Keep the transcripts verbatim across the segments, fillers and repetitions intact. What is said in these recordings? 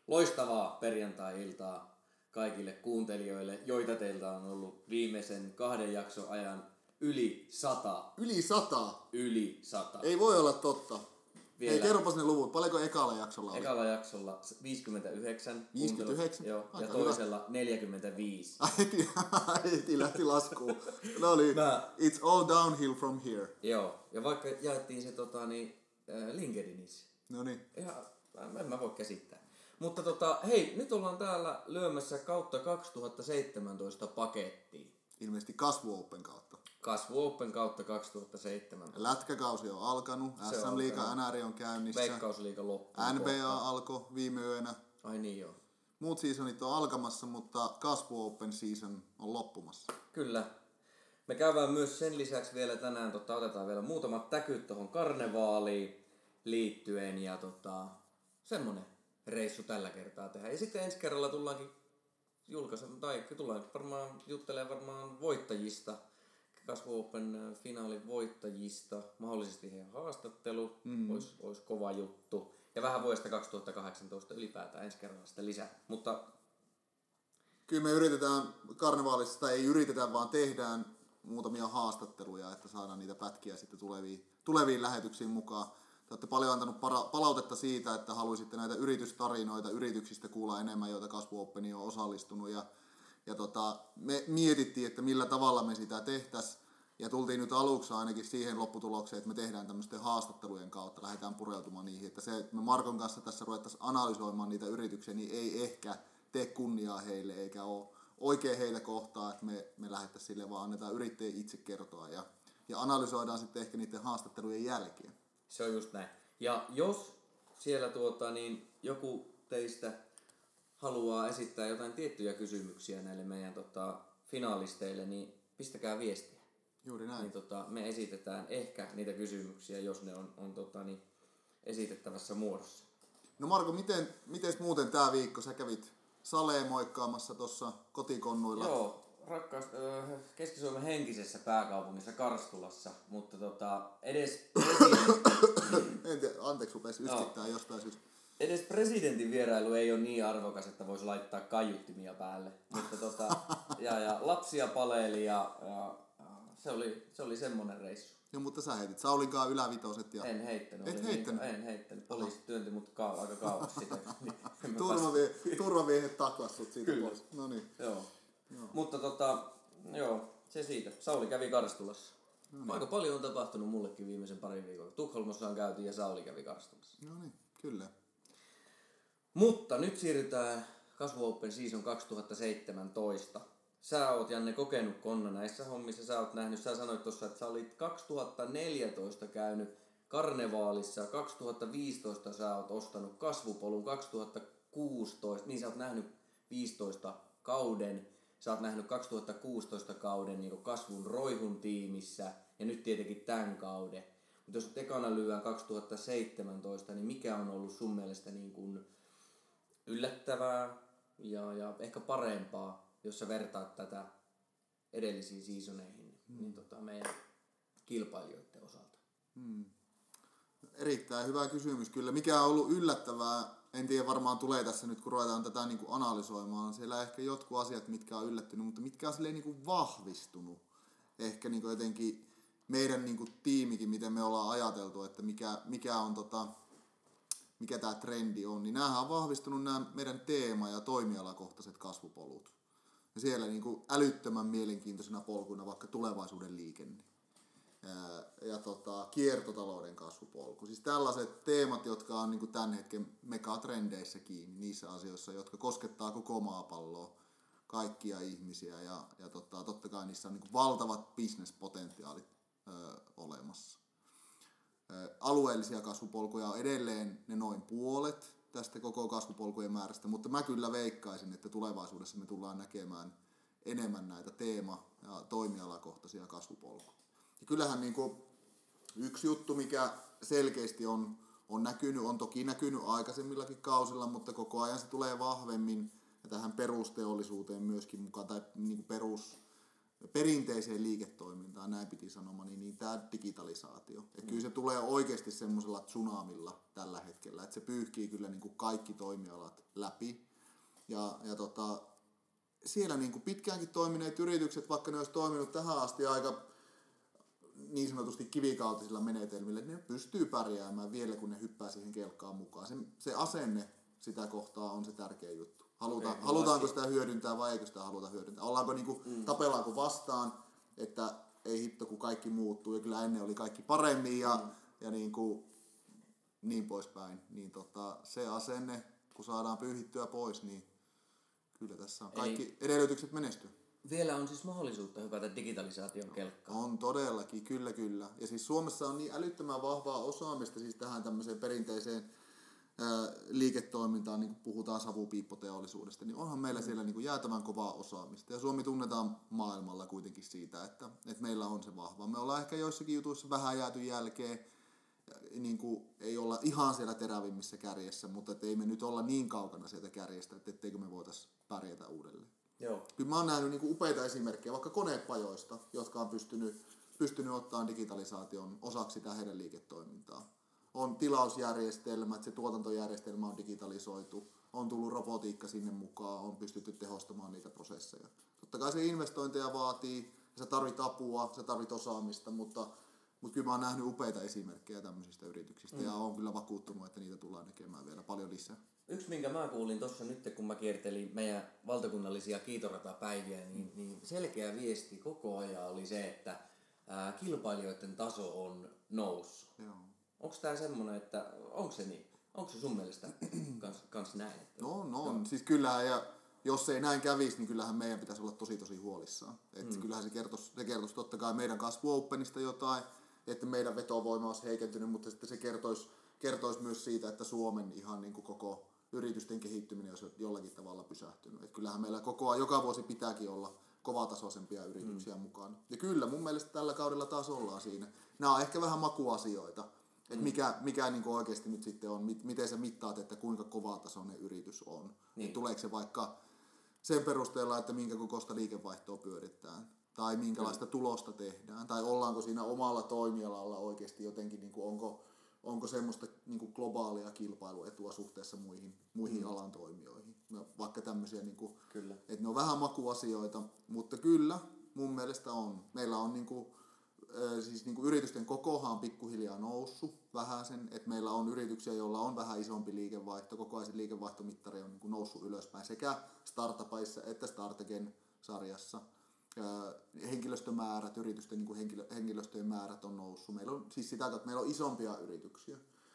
Loistavaa perjantai-iltaa kaikille kuuntelijoille, joita teiltä on ollut viimeisen kahden jakson ajan yli sata. Yli sata? Yli sata. Ei voi olla totta. Vielä. Ei, kerropas ne luvut. Paljonko ekalla jaksolla oli? Ekalla jaksolla viisikymmentäyhdeksän. viisikymmentäyhdeksän? Joo, ja Aika toisella hyvä. neljäkymmentäviisi. Heti, heti lähti laskuun. No oli, Mä... it's all downhill from here. Joo, ja vaikka jaettiin se tota, niin, äh, LinkedInissä. No niin. Ihan, en mä voi käsittää. Mutta tota, hei, nyt ollaan täällä lyömässä kautta kaksituhattaseitsemäntoista pakettiin. Ilmeisesti Kasvu Open kautta. Kasvu Open kautta kaksituhattaseitsemäntoista. Lätkäkausi on alkanut, S M-liiga N R on käynnissä. Veikkausliiga loppuu. N B A alkoi viime yönä. Ai niin joo. Muut seasonit on alkamassa, mutta Kasvu Open season on loppumassa. Kyllä. Me käydään myös sen lisäksi vielä tänään, tota, otetaan vielä muutamat täkyt tuohon karnevaaliin liittyen ja tota, semmonen reissu tällä kertaa tehdään. Ja sitten ensi kerralla tullaankin julkaisemaan, tai tullaan varmaan juttelemaan varmaan voittajista, Kasvu Open finaalin voittajista, mahdollisesti heidän haastattelu, mm. olisi, olisi kova juttu. Ja vähän vuodesta kaksituhattakahdeksantoista ylipäätään ensi kerralla sitten lisää. Mutta kyllä me yritetään karnevaalissa, tai ei yritetä, vaan tehdään muutamia haastatteluja, että saadaan niitä pätkiä sitten tuleviin, tuleviin lähetyksiin mukaan. Te olette paljon antanut para- palautetta siitä, että haluaisitte näitä yritystarinoita yrityksistä kuulla enemmän, joita Kasvu Openiin on osallistunut. Ja, ja tota, me mietittiin, että millä tavalla me sitä tehtäisiin. Ja tultiin nyt aluksi ainakin siihen lopputulokseen, että me tehdään tämmöisten haastattelujen kautta, lähdetään pureutumaan niihin. Että se, että me Markon kanssa tässä ruvettaisiin analysoimaan niitä yrityksiä, niin ei ehkä tee kunniaa heille, eikä ole oikein heitä kohtaa, että me, me lähdettäisiin sille, vaan annetaan yrittäjien itse kertoa. Ja, ja analysoidaan sitten ehkä niiden haastattelujen jälkeen. Se on just näin. Ja jos siellä tuota, niin joku teistä haluaa esittää jotain tiettyjä kysymyksiä näille meidän tota, finaalisteille, niin pistäkää viestiä. Juuri näin. Niin, tota, me esitetään ehkä niitä kysymyksiä, jos ne on, on tota, niin, esitettävässä muodossa. No Marko, miten, miten muuten tää viikko? Sä kävit Saleen moikkaamassa tuossa kotikonnuilla. Joo, rakkaus Keski-Suomen henkisessä pääkaupungissa Karstulassa, mutta tota, edes en tiedä, anteeksi, rupesi yskittää no. jostain syystä. Edes presidentin vierailu ei ole niin arvokas, että voisi laittaa kaiuttimia päälle. Mutta tota, ja, ja lapsia paleili ja, ja se oli, se oli semmonen reissu. Joo, mutta sä heitit Saulinkaan ylävitoset ja... En heittänyt. Et heittänyt? Niin, en heittänyt. Poliisi työnti mut kau- aika kauas sitä. Niin, Turvamie- turvamiehet takas sut siitä Kyllä. pois. No niin. Joo. joo. Mutta tota, joo, se siitä. Sauli kävi Karstulassa. No niin. Aika paljon on tapahtunut mullekin viimeisen parin viikolla. Tukholmassa on käyty ja Sauli kävi Karstulassa. No niin, kyllä. Mutta nyt siirrytään Kasvu Open Season kaksituhattaseitsemäntoista. Sä oot, Janne, kokenut konna näissä hommissa. Sä oot nähnyt, sä sanoit tuossa, että sä olit kaksituhattaneljätoista käynyt karnevaalissa. kaksituhattaviisitoista sä oot ostanut kasvupolun. kaksituhattakuusitoista, niin sä oot nähnyt viisitoista kauden. Sä oot nähnyt kaksituhattakuusitoista kauden niin kasvun roihun tiimissä. Ja nyt tietenkin tämän kauden. Mutta jos ekana lyödään kaksituhattaseitsemäntoista, niin mikä on ollut sun mielestä niin kuin yllättävää ja, ja ehkä parempaa, jos sä vertaat tätä edellisiin seasoneihin, hmm. niin tota meidän kilpailijoiden osalta? Hmm. Erittäin hyvä kysymys kyllä. Mikä on ollut yllättävää, en tiedä, varmaan tulee tässä nyt, kun ruvetaan tätä niin kuin analysoimaan. Siellä ehkä jotkut asiat, mitkä on yllättynyt, mutta mitkä on silleen niin kuin vahvistunut. Ehkä niin kuin jotenkin meidän niin kuin tiimikin, miten me ollaan ajateltu, että mikä, mikä on tota, mikä tämä trendi on, niin näähän on vahvistunut nämä meidän teema- ja toimialakohtaiset kasvupolut. Ja siellä niin kuin älyttömän mielenkiintoisena polkuina vaikka tulevaisuuden liikenne ja, ja tota, kiertotalouden kasvupolku. Siis tällaiset teemat, jotka on niin kuin tämän hetken megatrendeissä kiinni, niissä asioissa, jotka koskettaa koko maapalloa, kaikkia ihmisiä ja, ja tota, totta kai niissä on niin kuin valtavat bisnespotentiaalit ö, olemassa. Alueellisia kasvupolkuja on edelleen ne noin puolet tästä koko kasvupolkujen määrästä, mutta mä kyllä veikkaisin, että tulevaisuudessa me tullaan näkemään enemmän näitä teema- ja toimialakohtaisia kasvupolkuja. Ja kyllähän niin kuin yksi juttu, mikä selkeästi on, on näkynyt, on toki näkynyt aikaisemmillakin kausilla, mutta koko ajan se tulee vahvemmin ja tähän perusteollisuuteen myöskin mukaan, tai niin kuin perus perinteiseen liiketoimintaan, näin piti sanomani, niin tämä digitalisaatio. Et kyllä se tulee oikeasti semmoisella tsunamilla tällä hetkellä, että se pyyhkii kyllä niin kuin kaikki toimialat läpi. Ja, ja tota, siellä niin kuin pitkäänkin toimineet yritykset, vaikka ne olisi toiminut tähän asti aika niin sanotusti kivikautisilla menetelmillä, ne pystyy pärjäämään vielä, kun ne hyppää siihen kelkkaan mukaan. Se, se asenne sitä kohtaa on se tärkeä juttu. Haluta, okay, halutaanko sitä hyödyntää vai eikö sitä haluta hyödyntää? Ollaanko niinku, mm. tapellaanko vastaan, että ei hitto kun kaikki muuttuu ja kyllä ennen oli kaikki paremmin ja, mm. ja niinku, niin poispäin. Niin tota, se asenne, kun saadaan pyyhittyä pois, niin kyllä tässä on kaikki Eli edellytykset menestyä. Vielä on siis mahdollisuutta hypätä digitalisaation kelkkaan. On todellakin, kyllä kyllä. Ja siis Suomessa on niin älyttömän vahvaa osaamista siis tähän tämmöiseen perinteiseen ää, liiketoimintaan, niin kuin puhutaan savupiippoteollisuudesta, niin onhan meillä mm. siellä niin kuin jäätävän kovaa osaamista. Ja Suomi tunnetaan maailmalla kuitenkin siitä, että, että meillä on se vahva. Me ollaan ehkä joissakin jutuissa vähän jääty jälkeen, niin kuin ei olla ihan siellä terävimmissä kärjessä, mutta ei me nyt olla niin kaukana sieltä kärjestä, että etteikö me voitaisiin pärjätä uudelleen. Joo. Kyllä mä oon nähnyt niin kuin upeita esimerkkejä vaikka konepajoista, jotka on pystynyt, pystynyt ottamaan digitalisaation osaksi sitä heidän liiketoimintaa. On tilausjärjestelmät, se tuotantojärjestelmä on digitalisoitu, on tullut robotiikka sinne mukaan, on pystytty tehostamaan niitä prosesseja. Totta kai se investointeja vaatii, ja sä tarvit apua, sä tarvit osaamista, mutta, mutta kyllä mä oon nähnyt upeita esimerkkejä tämmöisistä yrityksistä mm. ja oon kyllä vakuuttunut, että niitä tullaan näkemään vielä paljon lisää. Yksi, minkä mä kuulin tuossa nyt, kun mä kiertelin meidän valtakunnallisia kiitoratapäiviä, niin, niin selkeä viesti koko ajan oli se, että ää, kilpailijoiden taso on noussut. Joo. Onko tää semmonen, että onko se niin? Onko se sun mielestä kans, kans näin? Että no, no on. Siis kyllähän, ja jos ei näin kävisi, niin kyllähän meidän pitäisi olla tosi tosi huolissaan. Että mm. kyllähän se kertoisi, se kertoisi totta kai meidän kasvu Openista jotain, että meidän vetovoima olisi heikentynyt, mutta sitten se kertoisi, kertoisi myös siitä, että Suomen ihan niin kuin koko yritysten kehittyminen olisi jollakin tavalla pysähtynyt. Et kyllähän meillä koko ajan, joka vuosi pitääkin olla kovatasoisempia yrityksiä mm. mukaan. Ja kyllä, mun mielestä tällä kaudella taas ollaan siinä. Nämä on ehkä vähän makuasioita, että mm. mikä, mikä niin oikeasti nyt sitten on, miten sä mittaat, että kuinka kovatasoinen yritys on. Niin. Tuleeko se vaikka sen perusteella, että minkä kokoista liikevaihtoa pyöritetään, tai minkälaista mm. tulosta tehdään, tai ollaanko siinä omalla toimialalla oikeasti jotenkin, niin kuin onko onko semmoista niin kuin globaalia kilpailuetua suhteessa muihin, muihin mm. alan toimijoihin. No, vaikka tämmöisiä, niin kuin, että ne on vähän makuasioita, mutta kyllä mun mielestä on. Meillä on niin kuin, äh, siis niin kuin yritysten kokohan on pikkuhiljaa noussut vähän sen, että meillä on yrityksiä, joilla on vähän isompi liikevaihto, koko ajan liikevaihtomittari on niin kuin noussut ylöspäin sekä startupeissa että Startegen sarjassa. Henkilöstömäärät, yritysten niin kuin henkilö, henkilöstöjen määrät on noussut. Meillä on siis sitä, että meillä on isompia yrityksiä.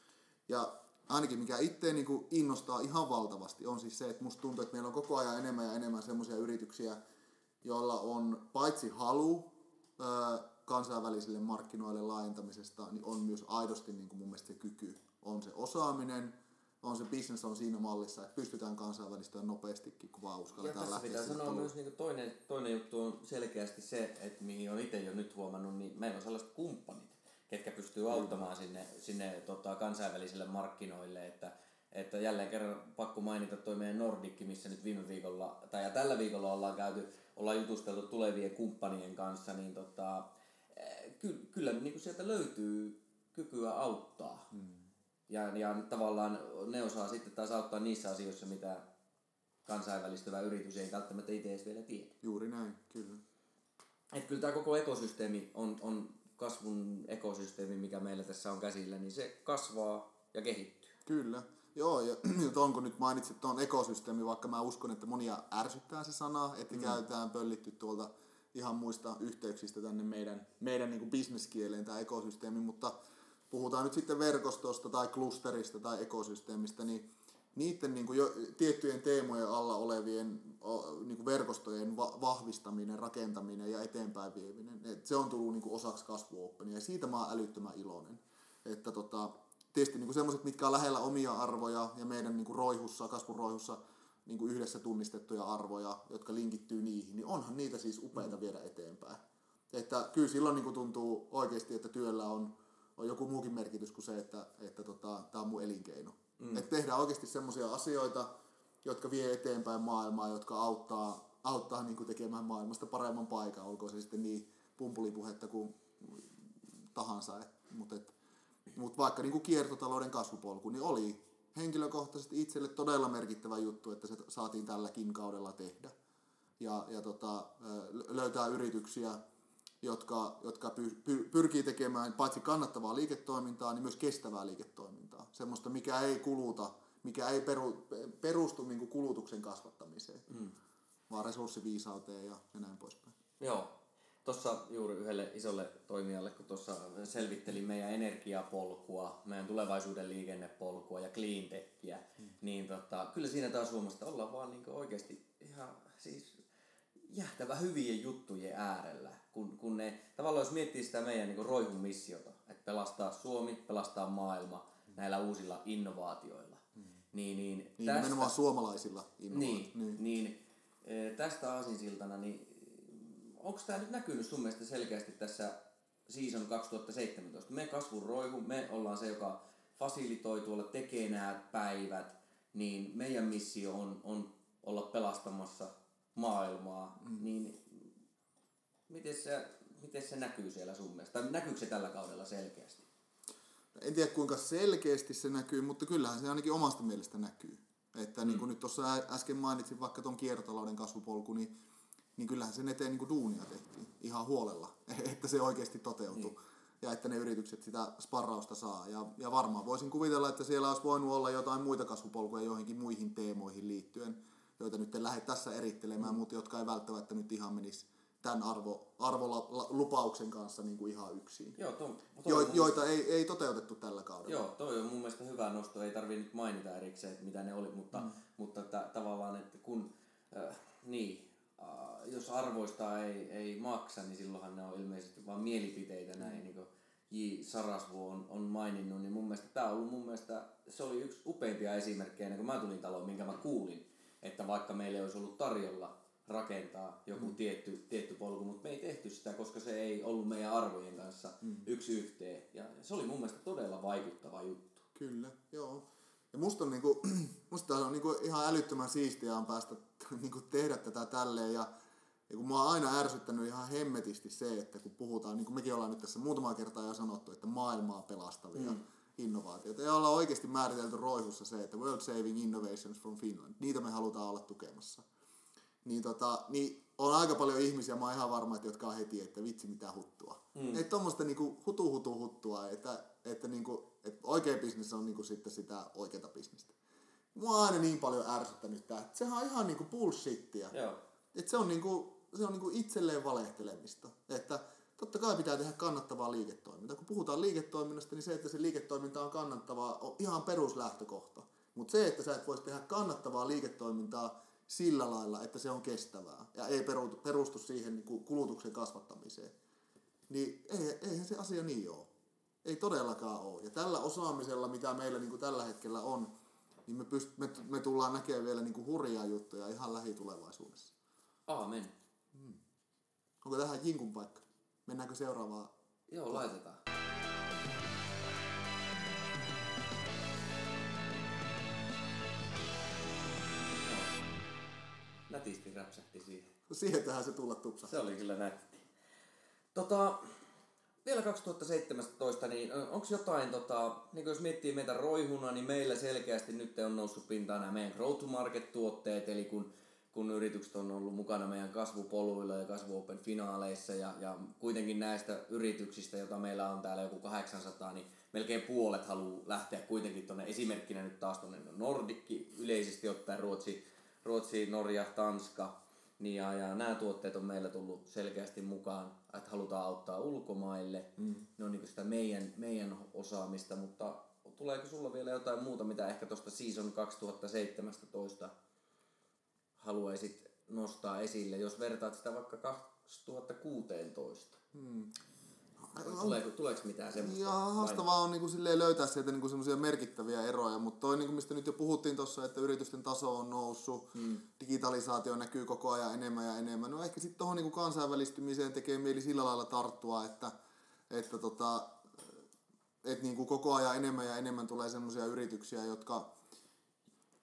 Ja ainakin mikä itse niin kuin innostaa ihan valtavasti on siis se, että musta tuntuu, että meillä on koko ajan enemmän ja enemmän semmoisia yrityksiä, joilla on paitsi halu ää, kansainvälisille markkinoille laajentamisesta, niin on myös aidosti niin kuin mun mielestä se kyky. On se osaaminen, on se business on siinä mallissa, että pystytään kansainvälistämään nopeastikin, kun vaan uskalletaan lähteä. Ja tässä pitää sanoa myös niin toinen, toinen juttu on selkeästi se, että mihin on itse jo nyt huomannut, niin meillä on sellaiset kumppanit, ketkä pystyy auttamaan sinne, sinne tota, kansainvälisille markkinoille, että, että jälleen kerran pakko mainita toi meidän Nordikki, missä nyt viime viikolla, tai ja tällä viikolla ollaan käyty, ollaan jutusteltu tulevien kumppanien kanssa, niin tota, ky, kyllä niin kuin sieltä löytyy kykyä auttaa. Hmm. Ja, ja tavallaan ne osaa sitten taas auttaa niissä asioissa, mitä kansainvälistyvä yritys ei välttämättä itse edes vielä tiedä. Juuri näin, kyllä. Että kyllä tämä koko ekosysteemi on, on kasvun ekosysteemi, mikä meillä tässä on käsillä, niin se kasvaa ja kehittyy. Kyllä. Joo, ja tuon kun nyt mainitsit tuon ekosysteemi, vaikka mä uskon, että monia ärsyttää se sana, että mm. käytetään pöllitty tuolta ihan muista yhteyksistä tänne meidän, meidän niin kuin bisneskieleen tämä ekosysteemi, mutta puhutaan nyt sitten verkostosta tai klusterista tai ekosysteemistä, niin niiden niin kuin jo tiettyjen teemojen alla olevien niin kuin verkostojen va- vahvistaminen, rakentaminen ja eteenpäin vieminen, että se on tullut niin kuin osaksi Kasvu Openia ja siitä mä oon älyttömän iloinen. Että tota, tietysti niin kuin semmoiset, mitkä on lähellä omia arvoja ja meidän niin kuin roihussa, kasvun roihussa niin kuin yhdessä tunnistettuja arvoja, jotka linkittyy niihin, niin onhan niitä siis upeita mm. viedä eteenpäin. Että kyllä silloin niin kuin tuntuu oikeasti, että työllä on on joku muukin merkitys kuin se, että, että tota, tämä on mun elinkeino. Mm. Että tehdään oikeasti semmoisia asioita, jotka vie eteenpäin maailmaa, jotka auttaa, auttaa niin kuin tekemään maailmasta paremman paikan, olkoon se sitten niin pumpulipuhetta kuin tahansa. Mutta mut vaikka niin kuin kiertotalouden kasvupolku, niin oli henkilökohtaisesti itselle todella merkittävä juttu, että se saatiin tälläkin kaudella tehdä. Ja, ja tota, löytää yrityksiä, jotka, jotka py, py, pyrkii tekemään paitsi kannattavaa liiketoimintaa, niin myös kestävää liiketoimintaa. Semmoista, mikä ei kuluta, mikä ei peru, perustu niin kuin kulutuksen kasvattamiseen, mm. vaan resurssiviisauteen ja, ja näin poispäin. Joo. Tuossa juuri yhdelle isolle toimijalle, kun tuossa selvittelin meidän energiapolkua, meidän tulevaisuuden liikennepolkua ja cleantechia, mm. niin tota, kyllä siinä taas huomasta ollaan vaan niin oikeasti ihan siis jähtävä hyvien juttujen äärellä, kun, kun ne tavallaan jos miettii sitä meidän niin roihun missiota, että pelastaa Suomi, pelastaa maailma mm. näillä uusilla innovaatioilla. Mm. Niin, niin, niin tästä, nimenomaan suomalaisilla innovaatioilla. Niin, niin. niin tästä aasinsiltana, niin onko tämä nyt näkynyt sun mielestä selkeästi tässä season kaksituhattaseitsemäntoista? Me kasvun roihu, me ollaan se, joka fasilitoi tuolla, tekee nämä päivät, niin meidän missio on, on olla pelastamassa maailmaa, mm. niin miten se, miten se näkyy siellä sun mielestä? Tai näkyykö se tällä kaudella selkeästi? En tiedä kuinka selkeästi se näkyy, mutta kyllähän se ainakin omasta mielestä näkyy. Että mm. niin kuin nyt tuossa äsken mainitsin vaikka tuon kiertotalouden kasvupolku, niin niin kyllähän sen eteen niin kuin duunia tehtiin ihan huolella, että se oikeasti toteutui. Niin. Ja että ne yritykset sitä sparrausta saa. Ja, ja varmaan voisin kuvitella, että siellä olisi voinut olla jotain muita kasvupolkuja joihinkin muihin teemoihin liittyen, joita nyt en lähde tässä erittelemään, mm. mutta jotka ei välttämättä nyt ihan menisi tämän arvo, arvolupauksen kanssa niin kuin ihan yksin. Joo, to, to jo, joita mun... ei, ei toteutettu tällä kaudella. Joo, toi on mun mielestä hyvä nosto. Ei tarvitse nyt mainita erikseen, että mitä ne oli, mutta, mm. mutta t- tavallaan, että kun... Äh, niin... jos arvoista ei, ei maksa, niin silloinhan ne on ilmeisesti vain mielipiteitä näin, mm. niin kuin J. Sarasvuo on, on maininnut, niin mun mielestä tämä on ollut mun mielestä, se oli yksi upeimpia esimerkkejä, ennen kuin mä tulin taloon, minkä mä kuulin, että vaikka meille olisi ollut tarjolla rakentaa joku mm. tietty, tietty polku, mutta me ei tehty sitä, koska se ei ollut meidän arvojen kanssa mm. yksi yhteen, ja se oli mun mielestä todella vaikuttava juttu. Kyllä, joo. Ja musta on, niinku, musta on niinku ihan älyttömän siistiä on päästä niinku tehdä tätä tälleen ja, ja kun mua on aina ärsyttänyt ihan hemmetisti se, että kun puhutaan, niin kuin mekin ollaan nyt tässä muutama kertaa jo sanottu, että maailmaa pelastavia mm. innovaatioita. Ja ollaan oikeasti määritelty roihussa se, että World Saving Innovations from Finland, niitä me halutaan olla tukemassa. Niin, tota, niin on aika paljon ihmisiä, mä oon ihan varma, että jotka on heti, että vitsi mitä huttua. Mm. Että tommoista niinku hutu hutu huttua, että, että, niinku, että oikea bisnes on niinku sitten sitä oikeata bisnestä. Mua on aina niin paljon ärsyttänyt tää, että sehän on ihan niinku bullshittia. Joo. Että se on, niinku, se on niinku itselleen valehtelemista. Että totta kai pitää tehdä kannattavaa liiketoimintaa. Kun puhutaan liiketoiminnasta, niin se, että se liiketoiminta on kannattavaa, on ihan peruslähtökohta. Mutta se, että sä et voisi tehdä kannattavaa liiketoimintaa sillä lailla, että se on kestävää ja ei perustu siihen niin kuin kulutuksen kasvattamiseen, niin eihän se asia niin ole. Ei todellakaan ole. Ja tällä osaamisella, mitä meillä niin kuin tällä hetkellä on, niin me, pyst- me, me tullaan näkemään vielä niin kuin hurjaa juttuja ihan lähitulevaisuudessa. Aamen. Hmm. Onko tähän jinkun paikka? Mennäänkö seuraavaan? Joo, laitetaan. Nätisti räpsähti siihen. Siihen tähän se tulla tupsa. Se oli kyllä nätti. Tota, vielä kaksituhattaseitsemäntoista, niin onko jotain, tota, niin jos miettii meitä roihuna, niin meillä selkeästi nyt on noussut pintaan nämä meidän Grow to Market-tuotteet, eli kun, kun yritykset on ollut mukana meidän kasvupoluilla ja kasvuopen finaaleissa, ja, ja kuitenkin näistä yrityksistä, joita meillä on täällä joku kahdeksansataa, niin melkein puolet haluaa lähteä kuitenkin tuonne, esimerkkinä nyt taas tuonne Nordikki, yleisesti ottaen Ruotsi, Ruotsi, Norja, Tanska, niin ja, ja nämä tuotteet on meillä tullut selkeästi mukaan, että halutaan auttaa ulkomaille. Mm. Ne on niin sitä meidän, meidän osaamista, mutta tuleeko sulla vielä jotain muuta, mitä ehkä tuosta season kaksituhattaseitsemäntoista haluaisit nostaa esille, jos vertaat sitä vaikka kaksituhattakuusitoista? Mm. Tuleeko, tuleeko mitään semmoista? Ja haastavaa on niinku löytää sieltä niinku semmoisia merkittäviä eroja, mutta toi niinku mistä nyt jo puhuttiin tuossa, että yritysten taso on noussut, hmm. digitalisaatio näkyy koko ajan enemmän ja enemmän. No ehkä sitten tuohon niinku kansainvälistymiseen tekee mieli sillä lailla tarttua, että, että tota, et niinku koko ajan enemmän ja enemmän tulee semmoisia yrityksiä, jotka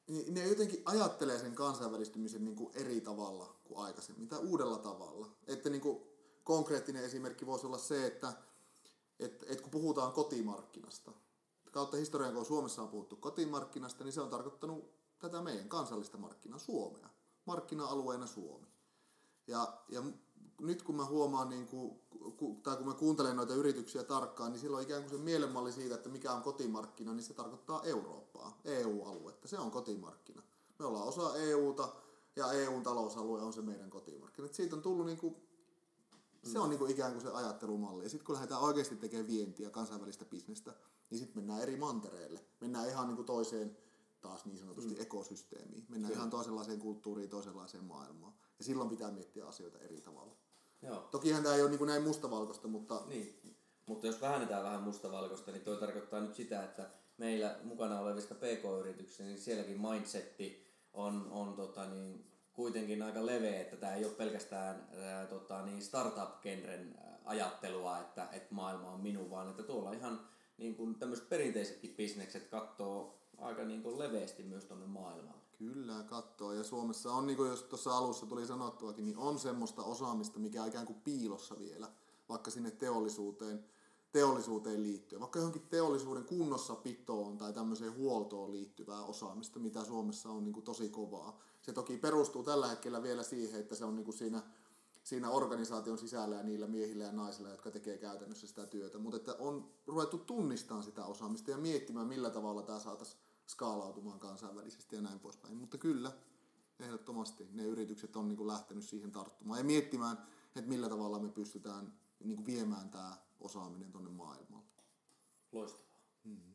ne jotenkin ajattelee sen kansainvälistymisen niin kuin eri tavalla kuin aikaisemmin, tai uudella tavalla. Että niin kuin konkreettinen esimerkki voisi olla se, että et, et kun puhutaan kotimarkkinasta, kautta historian kun Suomessa on puhuttu kotimarkkinasta, niin se on tarkoittanut tätä meidän kansallista markkinaa, Suomea. Markkina-alueena Suomi. Ja, ja nyt kun mä huomaan, niin kuin, tai kun mä kuuntelen noita yrityksiä tarkkaan, niin silloin ikään kuin se mielenmalli siitä, että mikä on kotimarkkina, niin se tarkoittaa Eurooppaa, E U-aluetta. Se on kotimarkkina. Me ollaan osa E U:ta ja E U:n talousalue on se meidän kotimarkkina. Et siitä on tullut niin kuin, se on niin kuin ikään kuin se ajattelumalli. Ja sitten kun lähdetään oikeasti tekemään vientiä, kansainvälistä bisnestä, niin sitten mennään eri mantereille. Mennään ihan niin kuin toiseen, taas niin sanotusti mm. ekosysteemiin. Mennään Kyllä. ihan toisenlaiseen kulttuuriin, toisenlaiseen maailmaan. Ja silloin pitää miettiä asioita eri tavalla. Joo. Tokihan tämä ei ole niin kuin näin mustavalkoista, mutta... Niin. Mutta jos vähennetään vähän mustavalkoista, niin toi tarkoittaa nyt sitä, että meillä mukana olevista P K-yrityksistä, niin sielläkin mindsetti on, on tota niin, kuitenkin aika leveä, että tämä ei ole pelkästään ää, tota niin startup-genren ajattelua, että, että maailma on minun, vaan että tuolla ihan niin kuin tämmöiset perinteisetkin bisnekset katsoo aika niin kuin leveästi myös tuonne maailmalle. Kyllä, katsoo. Ja Suomessa on, niin kuin jos tuossa alussa tuli sanottuakin, niin on semmoista osaamista, mikä on ikään kuin piilossa vielä, vaikka sinne teollisuuteen, teollisuuteen liittyen. Vaikka johonkin teollisuuden kunnossapitoon tai tämmöiseen huoltoon liittyvää osaamista, mitä Suomessa on niin kuin tosi kovaa. Se toki perustuu tällä hetkellä vielä siihen, että se on niin kuin siinä, siinä organisaation sisällä ja niillä miehillä ja naisilla, jotka tekee käytännössä sitä työtä. Mutta että on ruvettu tunnistamaan sitä osaamista ja miettimään, millä tavalla tämä saataisiin skaalautumaan kansainvälisesti ja näin poispäin. Mutta kyllä, ehdottomasti ne yritykset on niin kuin lähtenyt siihen tarttumaan ja miettimään, että millä tavalla me pystytään niin kuin viemään tämä osaaminen tuonne maailmalle. Loistavaa. Mm-hmm.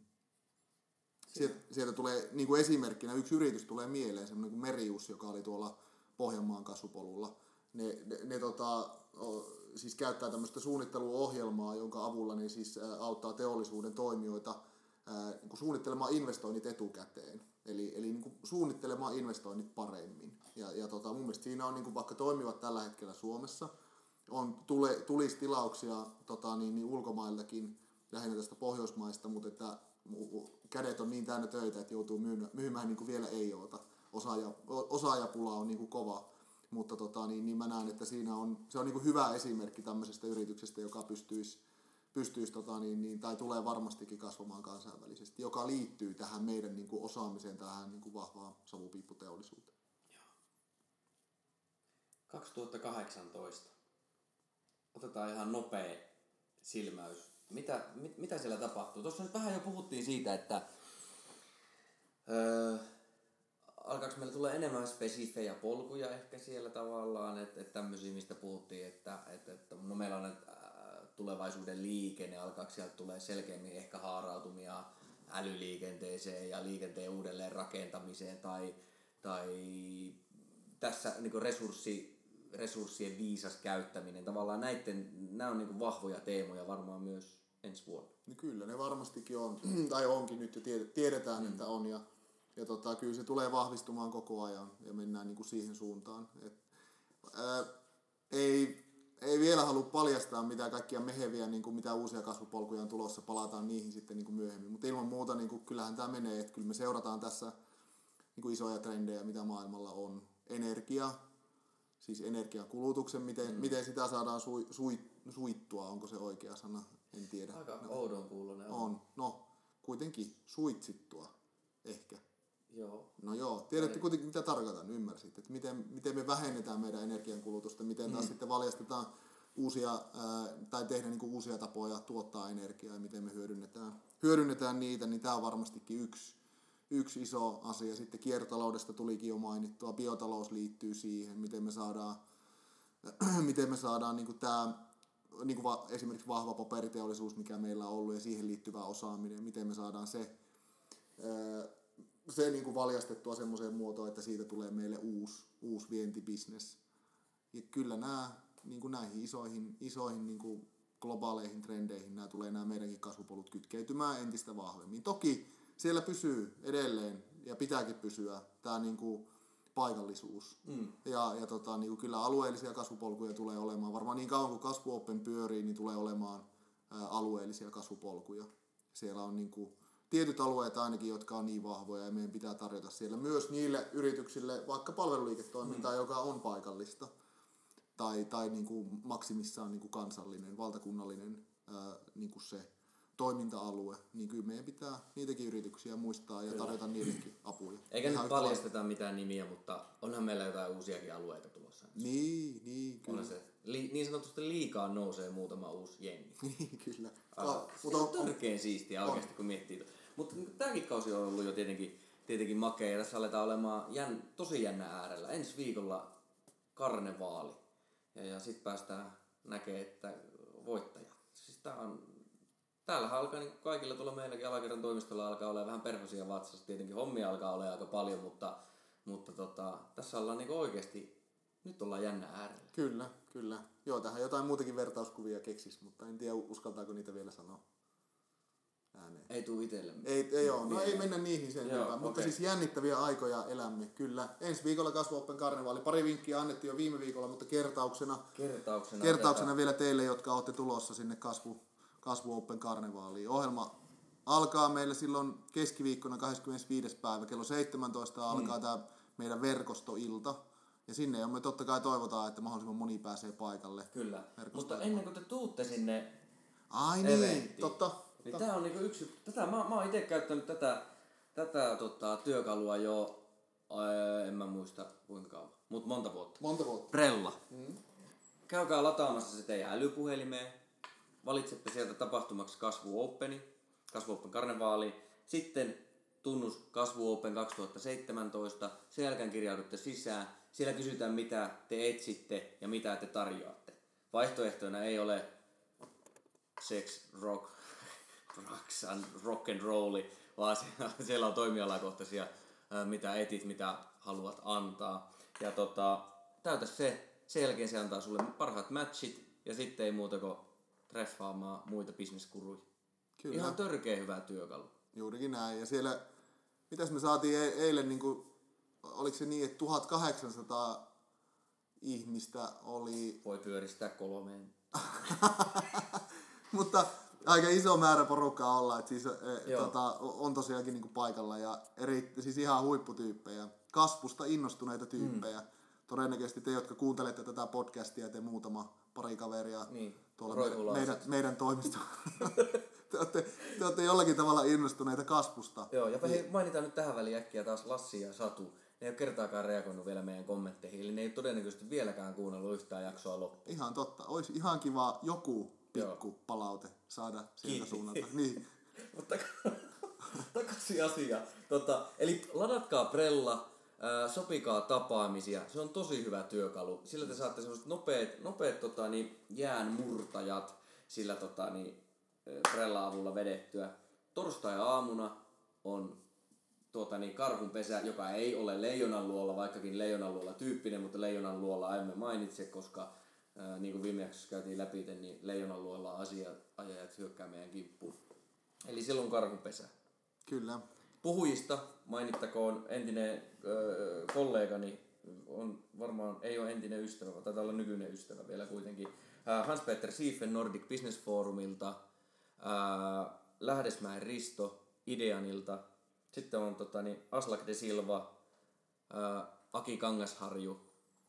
Sieltä, sieltä tulee niin kuin esimerkkinä, yksi yritys tulee mieleen, semmoinen kuin Merius, joka oli tuolla Pohjanmaan kasvupolulla. Ne, ne, ne tota, siis käyttää tämmöistä suunnitteluohjelmaa, jonka avulla ne siis auttaa teollisuuden toimijoita niin kuin suunnittelemaan investoinnit etukäteen. Eli, eli niin kuin suunnittelemaan investoinnit paremmin. Ja, ja tota, mun mielestä siinä on, niin kuin vaikka toimivat tällä hetkellä Suomessa, on, tule, tulisi tilauksia tota, niin, niin ulkomailtakin, lähinnä tästä Pohjoismaista, mutta että kädet on niin täynnä töitä, että joutuu myymään, myymään niin kuin vielä ei oota. Osaaja, osaajapula on niin kuin kova, mutta tota, niin, niin mä näen, että siinä on, se on niin kuin hyvä esimerkki tämmöisestä yrityksestä, joka pystyisi, pystyisi tota, niin, niin, tai tulee varmastikin kasvamaan kansainvälisesti, joka liittyy tähän meidän niin kuin osaamiseen, tähän niin kuin vahvaan savupiipputeollisuuteen. kaksituhattakahdeksantoista. Otetaan ihan nopea silmäys. Mitä, mit, mitä siellä tapahtuu? Tuossa nyt vähän jo puhuttiin siitä, että öö, alkaako meillä tulla enemmän spesifejä polkuja ehkä siellä tavallaan, että et tämmöisiä, mistä puhuttiin, että et, et, no meillä on että, ä, tulevaisuuden liikenne, alkaako sieltä tulee selkeämmin ehkä haarautumia älyliikenteeseen ja liikenteen uudelleen rakentamiseen tai, tai tässä niin kuin resurssi resurssien viisas käyttäminen. Tavallaan näiden, nämä on niin kuin vahvoja teemoja varmaan myös ensi vuonna. No kyllä, ne varmastikin on, tai onkin nyt jo tiedetään, mm. että on. Ja, ja tota, kyllä se tulee vahvistumaan koko ajan ja mennään niin kuin siihen suuntaan. Et, ää, ei, ei vielä halua paljastaa mitään kaikkia meheviä, niin kuin mitä uusia kasvupolkuja on tulossa. Palataan niihin sitten niin kuin myöhemmin. Mutta ilman muuta niin kuin, kyllähän tämä menee. Että kyllä me seurataan tässä niin kuin isoja trendejä, mitä maailmalla on. Energia. Siis energiakulutuksen, miten, mm. miten sitä saadaan sui, sui, suittua, onko se oikea sana, en tiedä. Aika no, oudon kuulonen on. on. No, kuitenkin suitsittua, ehkä. Joo. No joo, tiedätte kuitenkin mitä tarkoitan, ymmärsit, että miten, miten me vähennetään meidän energiankulutusta, miten taas mm. sitten valjastetaan uusia, ää, tai tehdä niinku uusia tapoja tuottaa energiaa ja miten me hyödynnetään, hyödynnetään niitä, niin tämä on varmastikin yksi. Yksi iso asia. Sitten kiertotaloudesta tulikin jo mainittua. Biotalous liittyy siihen, miten me saadaan, miten me saadaan niin kuin tämä, niin kuin va, esimerkiksi vahva paperiteollisuus, mikä meillä on ollut, ja siihen liittyvä osaaminen, miten me saadaan se, se niin kuin valjastettua semmoiseen muotoon, että siitä tulee meille uusi, uusi vientibisnes. Ja kyllä nämä, niin kuin näihin isoihin, isoihin niin kuin globaaleihin trendeihin, nämä tulee nämä meidänkin kasvupolut kytkeytymään entistä vahvemmin. Toki siellä pysyy edelleen ja pitääkin pysyä tämä niinku paikallisuus. Mm. Ja, ja tota, niinku kyllä alueellisia kasvupolkuja tulee olemaan. Varmaan niin kauan kuin Kasvu Open pyörii, niin tulee olemaan ää, alueellisia kasvupolkuja. Siellä on niinku tietyt alueet ainakin, jotka on niin vahvoja ja meidän pitää tarjota siellä myös niille yrityksille vaikka palveluliiketoimintaa, mm. joka on paikallista tai, tai niin kuin maksimissaan niin kuin kansallinen, valtakunnallinen ää, niin kuin se toiminta-alue, niin kyllä meidän pitää niitäkin yrityksiä muistaa ja tarjota kyllä niillekin apuja. Eikä nyt paljasteta mitään nimiä, mutta onhan meillä jotain uusiakin alueita tulossa. Niin, niin, kyllä. Se, li, niin sanotusti liikaa nousee muutama uusi jengi. Niin, kyllä. Ah, se on törkeen siistiä on oikeasti, kun miettii. Mutta tämäkin kausi on ollut jo tietenkin, tietenkin makea, ja tässä aletaan olemaan jän, tosi jännä äärellä. Ensi viikolla karnevaali, ja, ja sitten päästään näkemään, että voittaja. Siis tää on, täällähän alkaa niin kaikilla tuolla meilläkin alakerran toimistolla alkaa olla vähän perhosia vatsassa. Tietenkin hommia alkaa olla aika paljon, mutta, mutta tota, tässä ollaan niin oikeasti, nyt ollaan jännä äärellä. Kyllä, kyllä. Joo, tähän jotain muutakin vertauskuvia keksis, mutta en tiedä uskaltaako niitä vielä sanoa ääneen. Ei tuu itselle. Ei, ei joo, no ei mennä niihin sen enempää, okay. Mutta siis jännittäviä aikoja elämme, kyllä. Ensi viikolla Kasvu-Open karnevaali. Pari vinkkiä annettiin jo viime viikolla, mutta kertauksena, kertauksena, kertauksena vielä teille, jotka olette tulossa sinne Kasvu, Kasvu-Open karnevaaliin. Ohjelma alkaa meillä silloin keskiviikkona kahdeskymmenesviides päivä, kello seitsemäntoista alkaa hmm. tämä meidän verkostoilta. Ja sinne me totta kai toivotaan, että mahdollisimman moni pääsee paikalle. Kyllä, mutta ennen kuin te tuutte sinne Ai niin, totta. Niin tää on niinku yksi, tätä, mä, mä oon ite käyttänyt tätä, tätä tota, työkalua jo, ää, en mä muista kuinka kauan, mut monta vuotta. Monta vuotta. Prella. Mm. Käykää lataamassa se teidän älypuhelimeen, valitsette sieltä tapahtumaksi Kasvu Openi, Kasvu Open karnevaali, sitten tunnus Kasvu Open kaksituhattaseitsemäntoista, sen jälkeen kirjaudutte sisään, siellä kysytään mitä te etsitte ja mitä te tarjoatte. Vaihtoehtoina ei ole sex, rock, rocks and rock and roll, vaan siellä on toimialakohtaisia, mitä etit, mitä haluat antaa. Ja tota, täytä se, sen jälkeen se antaa sulle parhaat matchit ja sitten ei muuta kuin treffaamaan muita bisneskuruja. Kyllä. Ihan törkeä hyvä työkalu. Juurikin näin. Ja siellä, mitäs me saatiin e- eilen, niin kuin, oliko se niin, että tuhatkahdeksansataa ihmistä oli... Voi pyöristää kolmeen. Mutta aika iso määrä porukkaa olla, että siis e, tota, on tosiaankin niinku paikalla ja eri, siis ihan huipputyyppejä, kasvusta innostuneita tyyppejä. Mm. Todennäköisesti te, jotka kuuntelette tätä podcastia, te muutama pari kaveria niin. tuolla meidän, meidän, meidän toimisto. te, olette, te olette jollakin tavalla innostuneita kasvusta. Joo, ja hei, mainitaan nyt tähän väliin äkkiä taas Lassi ja Satu. Ne ei ole kertaakaan reagoinut vielä meidän kommentteihin, eli ne ei todennäköisesti vieläkään kuunnellut yhtään jaksoa loppuun. Ihan totta. Olisi ihan kiva joku pikku Joo. palaute saada sieltä suunnalta. Niin. Mutta takaisin asiaan. Tota, eli ladatkaa Prella, ää, sopikaa tapaamisia. Se on tosi hyvä työkalu. Sillä te saatte sellaiset nopeat, nopeat tota, niin, jäänmurtajat sillä tota, niin, Prella-avulla vedettyä. Torstai-aamuna on tuota, niin, karhunpesä, joka ei ole leijonanluola, vaikkakin leijonanluola tyyppinen, mutta leijonanluola emme mainitse, koska ää, niin kuin viime jaksossa käytiin läpi, niin leijonanluola asianajajat hyökkää meidän kimppuun. Eli silloin karhunpesä. Kyllä. Puhujista mainittakoon entinen öö, kollegani, on varmaan, ei ole entinen ystävä, vaan taitaa olla nykyinen ystävä vielä kuitenkin. Ää, Hans-Peter Siefen Nordic Business Forumilta, ää, Lähdesmäen Risto Ideanilta, sitten on tota, niin, Aslak de Silva, ää, Aki Kangasharju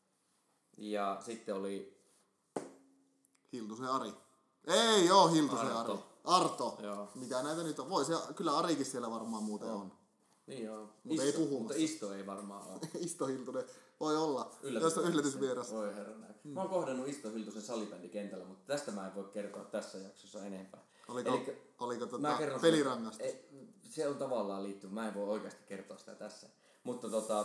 ja sitten oli Hiltusen Ari. Ei joo, Hiltusen Arto. Ari. Arto. Joo. Mitä näitä nyt on? Voisi, kyllä Arikin siellä varmaan muuten on. on. Niin joo. Mutta ei puhumassa. Mutta Isto ei varmaan ole. Isto Hiltunen. Voi olla. Yllätys, jos on yllätysvieras. Voi herran näin. Hmm. Mä oon kohdannut Isto Hiltusen salibändikentällä, mutta tästä mä en voi kertoa tässä jaksossa enempää. Oliko, Elikkä, oliko tota pelirangastus? Ei, se on tavallaan liittynyt. Mä en voi oikeasti kertoa sitä tässä. Mutta tota...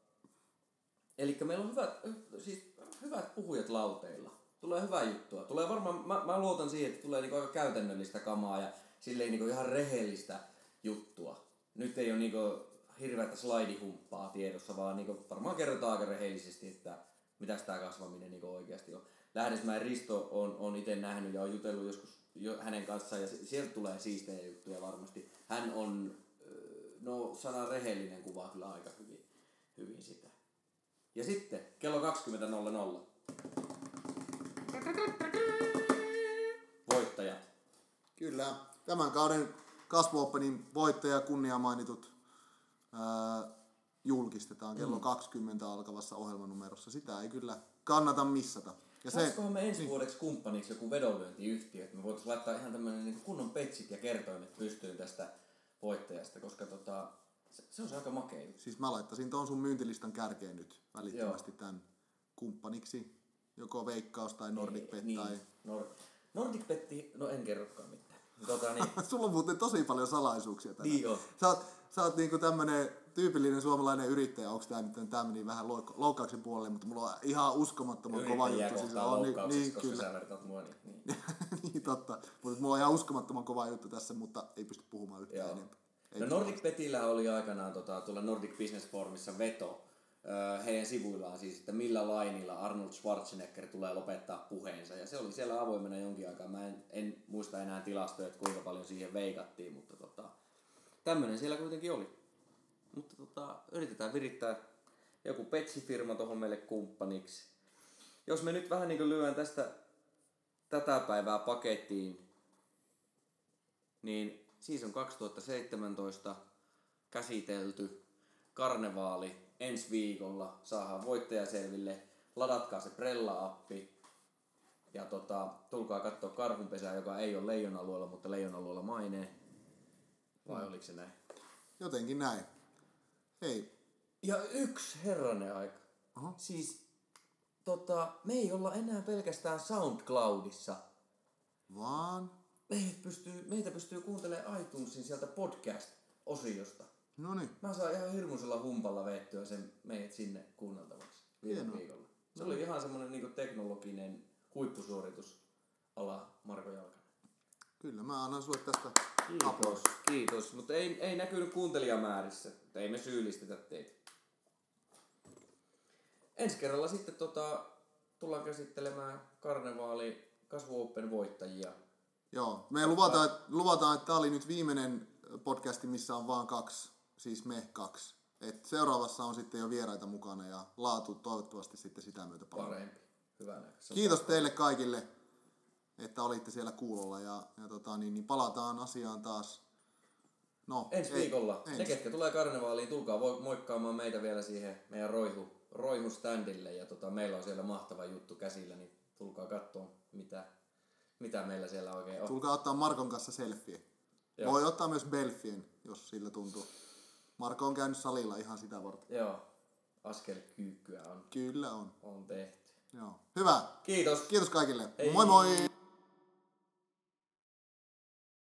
Elikkä meillä on hyvät, siis hyvät puhujat lauteilla. Tulee hyvää juttua. Tulee varmaan, mä, mä luotan siihen, että tulee niinku aika käytännöllistä kamaa ja silleen niinku ihan rehellistä juttua. Nyt ei ole niinku hirveätä slaidihumppaa tiedossa, vaan niinku varmaan kerrotaan aika rehellisesti, että mitä tämä kasvaminen niinku oikeasti on. Lähdesmäen Risto on, on itse nähnyt ja on jutellut joskus jo hänen kanssaan ja sieltä tulee siistejä juttuja varmasti. Hän on, no sana rehellinen kuvaa kyllä aika hyvin, hyvin sitä. Ja sitten kello kaksikymmentä nolla nolla. Voittajat. Kyllä. Tämän kauden Kasvu Openin voittaja kunnia mainitut ää, julkistetaan kello mm. kaksikymmentä alkavassa ohjelmanumerossa. Sitä ei kyllä kannata missata. Ja saisikohan me ensi vuodeksi kumppaniksi joku vedonlyöntiyhtiö, että me voitaisiin laittaa ihan tämmöinen niin kunnon petsit ja kertoimet pystyyn tästä voittajasta, koska tota, se, se on se aika makea. Siis mä laittaisin ton sun myyntilistan kärkeen nyt välittömästi tämän kumppaniksi, joko Veikkaus tai NordicBet niin, tai... Nord- NordicBet, no en kerrokaan mitään. Tota, niin. Sulla on muuten tosi paljon salaisuuksia tänään. Niin on. Sä oot, sä oot niinku tämmönen tyypillinen suomalainen yrittäjä, onko tää nyt, tää meni vähän loukkauksen puolelle, mutta mulla on ihan uskomattoman kova juttu. Siis on niin, niin, koska kyllä. sä vertaat mua, niin, niin. Niin totta, mutta mulla on ihan uskomattoman kova juttu tässä, mutta ei pysty puhumaan yhtään enempää. No NordicBetillä oli aikanaan tota, tuolla Nordic Business Forumissa veto öö, heidän sivuillaan siis, että millä lainilla Arnold Schwarzenegger tulee lopettaa puheensa. Ja se oli siellä avoimena jonkin aikaa. Mä en, en muista enää tilastoja, että kuinka paljon siihen veikattiin, mutta tota, tämmönen siellä kuitenkin oli. Mutta tota, yritetään virittää joku petsifirma tohon meille kumppaniksi. Jos me nyt vähän niin kuin lyön tästä tätä päivää pakettiin, niin season kaksituhattaseitsemäntoista käsitelty, karnevaali ensi viikolla, saadaan voittaja selville, ladatkaa se Prella-appi ja tota, tulkaa katsoa Karhunpesää, joka ei ole Leijon alueella, mutta Leijon alueella mainee. Vai mm. oliko se näin? Jotenkin näin. Hei. Ja yksi herranen aika. Aha. Siis tota, me ei olla enää pelkästään SoundCloudissa. Vaan? Meitä pystyy, meitä pystyy kuuntelemaan iTunesin sieltä podcast-osiosta. Noniin. Mä saan ihan hirmuisella humpalla veettyä sen meidät sinne kuunneltavaksi viime viikolla. Se oli ihan semmonen niinku teknologinen huippusuoritus ala Marko Jalkanen. Kyllä, mä annan sulle tästä Kiitos, kiitos. Mutta ei, ei näkynyt kuuntelijamäärissä. Ei me syyllistetä teitä. Ensi kerralla sitten tota, tullaan käsittelemään karnevaali Kasvu Open voittajia. Joo, me luvataan, että, luvataan, että tää oli nyt viimeinen podcasti, missä on vaan kaksi, siis me kaksi. Et seuraavassa on sitten jo vieraita mukana ja laatu toivottavasti sitten sitä myötä parempi. Parempi. Hyvä näkö. Kiitos teille kaikille, että olitte siellä kuulolla ja, ja tota, niin, niin palataan asiaan taas. No, ensi viikolla. Ens. Ne, ketkä tulee karnevaaliin, tulkaa moikkaamaan meitä vielä siihen meidän roihu, roihuständille ja tota, meillä on siellä mahtava juttu käsillä, niin tulkaa katsoa mitä, mitä meillä siellä oikein on. Tulkaa ottaa Markon kanssa selfie. Joo. Voi ottaa myös Belfien, jos sillä tuntuu. Marko on käynyt salilla ihan sitä varten. Joo, askel kyykkyä on. Kyllä on. On tehty. Joo. Hyvä. Kiitos. Kiitos kaikille. Hei. Moi moi!